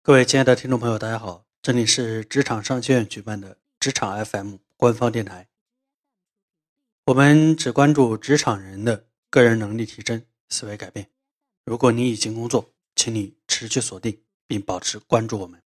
各位亲爱的听众朋友，大家好，这里是职场商学院举办的职场 FM 官方电台。我们只关注职场人的个人能力提升、思维改变。如果你已经工作，请你持续锁定并保持关注我们。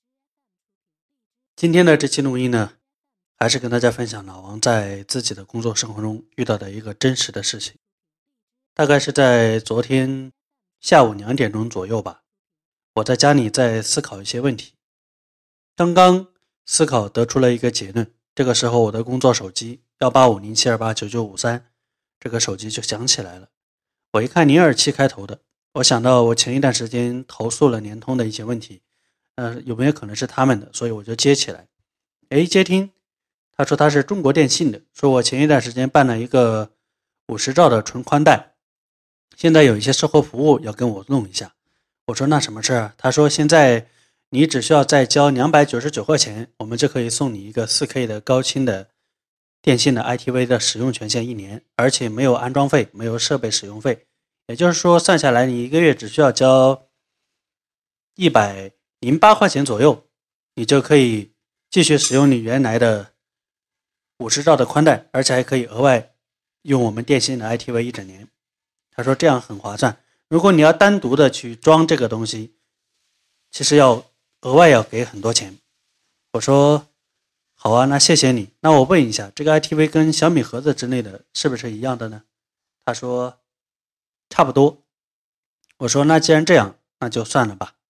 今天的这期录音呢，还是跟大家分享老王在自己的工作生活中遇到的一个真实的事情。大概是在昨天下午2点钟左右吧，我在家里在思考一些问题，刚刚思考得出了一个结论。这个时候我的工作手机18507289953这个手机就响起来了。我一看027开头的，我想到我前一段时间投诉了联通的一些问题，有没有可能是他们的，所以我就接起来。接听，他说他是中国电信的，说我前一段时间办了一个50兆的纯宽带，现在有一些售后服务要跟我弄一下。我说那什么事啊？他说现在你只需要再交299块钱，我们就可以送你一个 4K 的高清的电信的 ITV 的使用权限1年，而且没有安装费，没有设备使用费。也就是说算下来你1个月只需要交108块钱左右，你就可以继续使用你原来的50兆的宽带，而且还可以额外用我们电信的 ITV 1整年。他说这样很划算，如果你要单独的去装这个东西，其实要额外要给很多钱。我说好啊，那谢谢你。那我问一下，这个 ITV 跟小米盒子之类的是不是一样的呢？他说差不多。我说那既然这样，那就算了吧。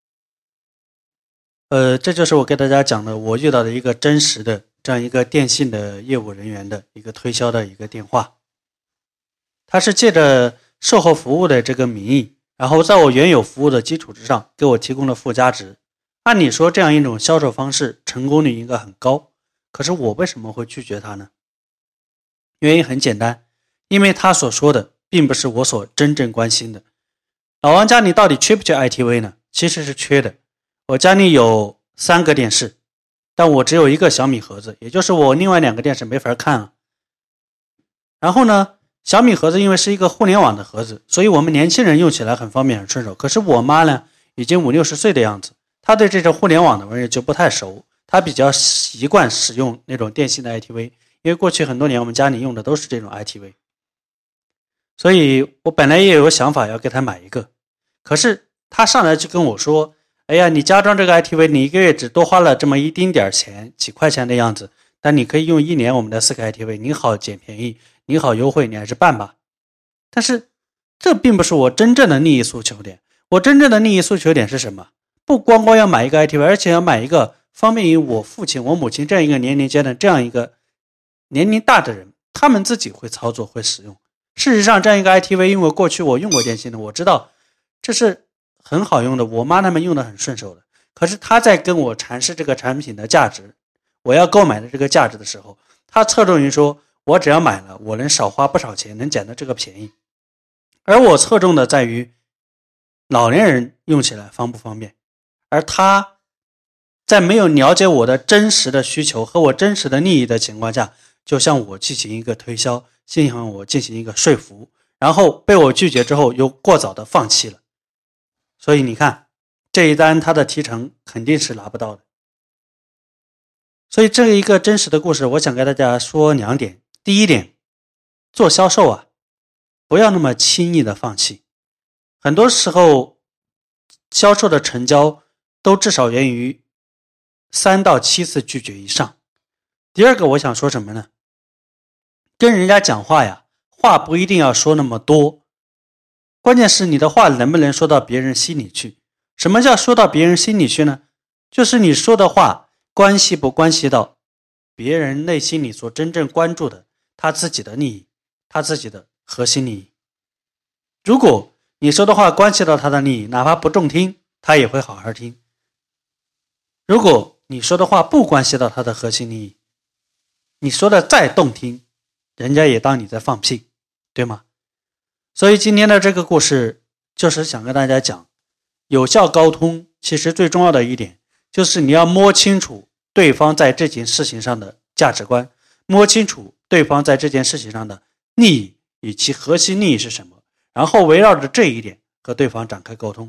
这就是我给大家讲的我遇到的一个真实的这样一个电信的业务人员的一个推销的一个电话。他是借着售后服务的这个名义，然后在我原有服务的基础之上给我提供了附加值。按理说这样一种销售方式成功率应该很高，可是我为什么会拒绝他呢？原因很简单，因为他所说的并不是我所真正关心的。老王家里到底缺不缺 ITV 呢？其实是缺的。我家里有3个电视，但我只有一个小米盒子，也就是我另外2个电视没法看啊。然后呢，小米盒子因为是一个互联网的盒子，所以我们年轻人用起来很方便很顺手。可是我妈呢，已经50-60岁的样子，她对这种互联网的玩意就不太熟，她比较习惯使用那种电信的 ITV， 因为过去很多年我们家里用的都是这种 ITV， 所以我本来也有想法要给她买一个。可是她上来就跟我说，哎呀，你加装这个 ITV 你1个月只多花了这么一丁点钱，几块钱的样子，但你可以用1年我们的 4K ITV， 你好捡便宜，你好优惠，你还是办吧。但是这并不是我真正的利益诉求点。我真正的利益诉求点是什么？不光光要买一个 ITV， 而且要买一个方便于我父亲我母亲这样一个年龄阶段，这样一个年龄大的人，他们自己会操作会使用。事实上这样一个 ITV， 因为过去我用过电信的，我知道这是很好用的，我妈他们用的很顺手的。可是他在跟我阐释这个产品的价值，我要购买的这个价值的时候，他侧重于说我只要买了，我能少花不少钱，能捡到这个便宜。而我侧重的在于老年人用起来方不方便，而他在没有了解我的真实的需求和我真实的利益的情况下，就向我进行一个推销，向我进行一个说服，然后被我拒绝之后又过早的放弃了。所以你看这一单他的提成肯定是拿不到的。所以这一个真实的故事，我想给大家说2点。第一点，做销售啊，不要那么轻易的放弃。很多时候销售的成交都至少源于3到7次拒绝以上。第二个我想说什么呢？跟人家讲话呀，话不一定要说那么多，关键是你的话能不能说到别人心里去。什么叫说到别人心里去呢？就是你说的话关系不关系到别人内心里所真正关注的他自己的利益，他自己的核心利益。如果你说的话关系到他的利益，哪怕不中听，他也会好好听。如果你说的话不关系到他的核心利益，你说的再动听，人家也当你在放屁，对吗？所以今天的这个故事就是想跟大家讲，有效沟通其实最重要的一点就是你要摸清楚对方在这件事情上的价值观，摸清楚对方在这件事情上的利益以及核心利益是什么，然后围绕着这一点和对方展开沟通，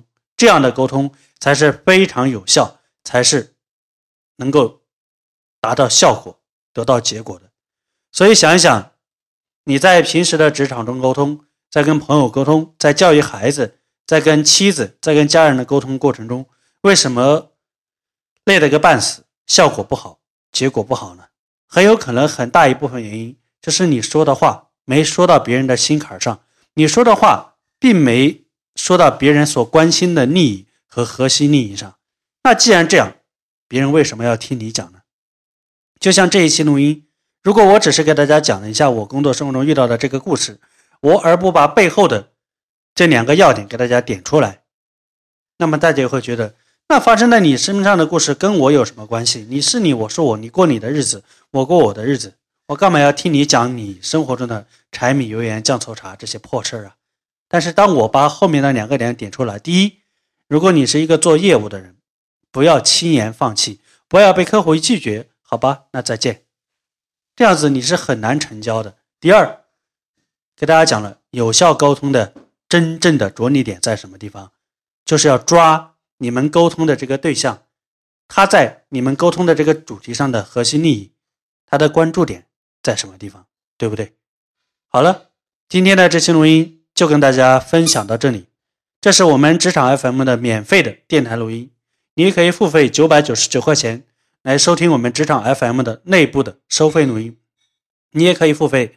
这样的沟通才是非常有效，才是能够达到效果，得到结果的。所以想一想，你在平时的职场中沟通，在跟朋友沟通，在教育孩子，在跟妻子，在跟家人的沟通过程中，为什么累得个半死，效果不好，结果不好呢？很有可能很大一部分原因就是你说的话没说到别人的心坎上，你说的话并没说到别人所关心的利益和核心利益上。那既然这样，别人为什么要听你讲呢？就像这一期录音，如果我只是给大家讲了一下我工作生活中遇到的这个故事，而不把背后的这2个要点给大家点出来，那么大家会觉得，那发生在你身上的故事跟我有什么关系？你是你，我是我，你过你的日子，我过我的日子，我干嘛要听你讲你生活中的柴米油盐酱醋茶这些破事啊？但是当我把后面的2个点点出来，第一，如果你是一个做业务的人，不要轻言放弃，不要被客户一拒绝，好吧，那再见，这样子你是很难成交的。第二，给大家讲了有效沟通的真正的着力点在什么地方，就是要抓你们沟通的这个对象，他在你们沟通的这个主题上的核心利益，他的关注点在什么地方，对不对？好了，今天的这期录音就跟大家分享到这里，这是我们职场 FM 的免费的电台录音，你可以付费999块钱来收听我们职场 FM 的内部的收费录音，你也可以付费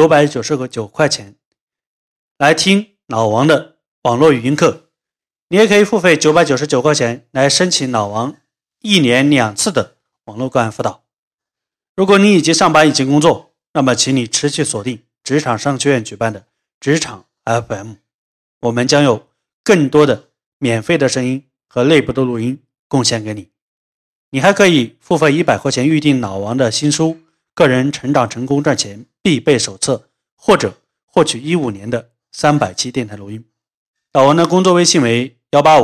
999块钱来听老王的网络语音课，你也可以付费999块钱来申请老王1年2次的网络个案辅导。如果你已经上班已经工作，那么请你持续锁定职场商学院举办的职场 FM， 我们将有更多的免费的声音和内部的录音贡献给你。你还可以付费100块钱预定老王的新书《个人成长成功赚钱必备手册》，或者获取15年的300期电台录音。老王的工作微信为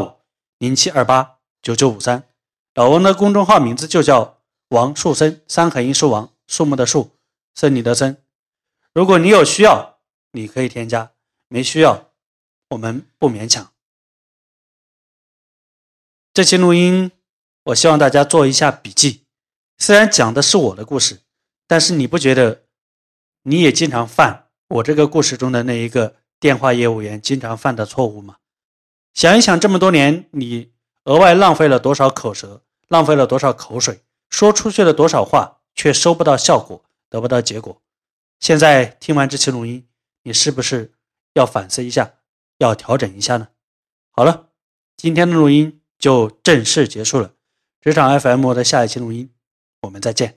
18507289953，老王的公众号名字就叫王树森，3横1竖王，树木的树，森你的森。如果你有需要，你可以添加，没需要，我们不勉强。这期录音我希望大家做一下笔记，虽然讲的是我的故事，但是你不觉得你也经常犯我这个故事中的那一个电话业务员经常犯的错误吗？想一想，这么多年你额外浪费了多少口舌，浪费了多少口水，说出去了多少话，却收不到效果，得不到结果。现在听完这期录音，你是不是要反思一下，要调整一下呢？好了，今天的录音就正式结束了，职场 FM 的下一期录音我们再见。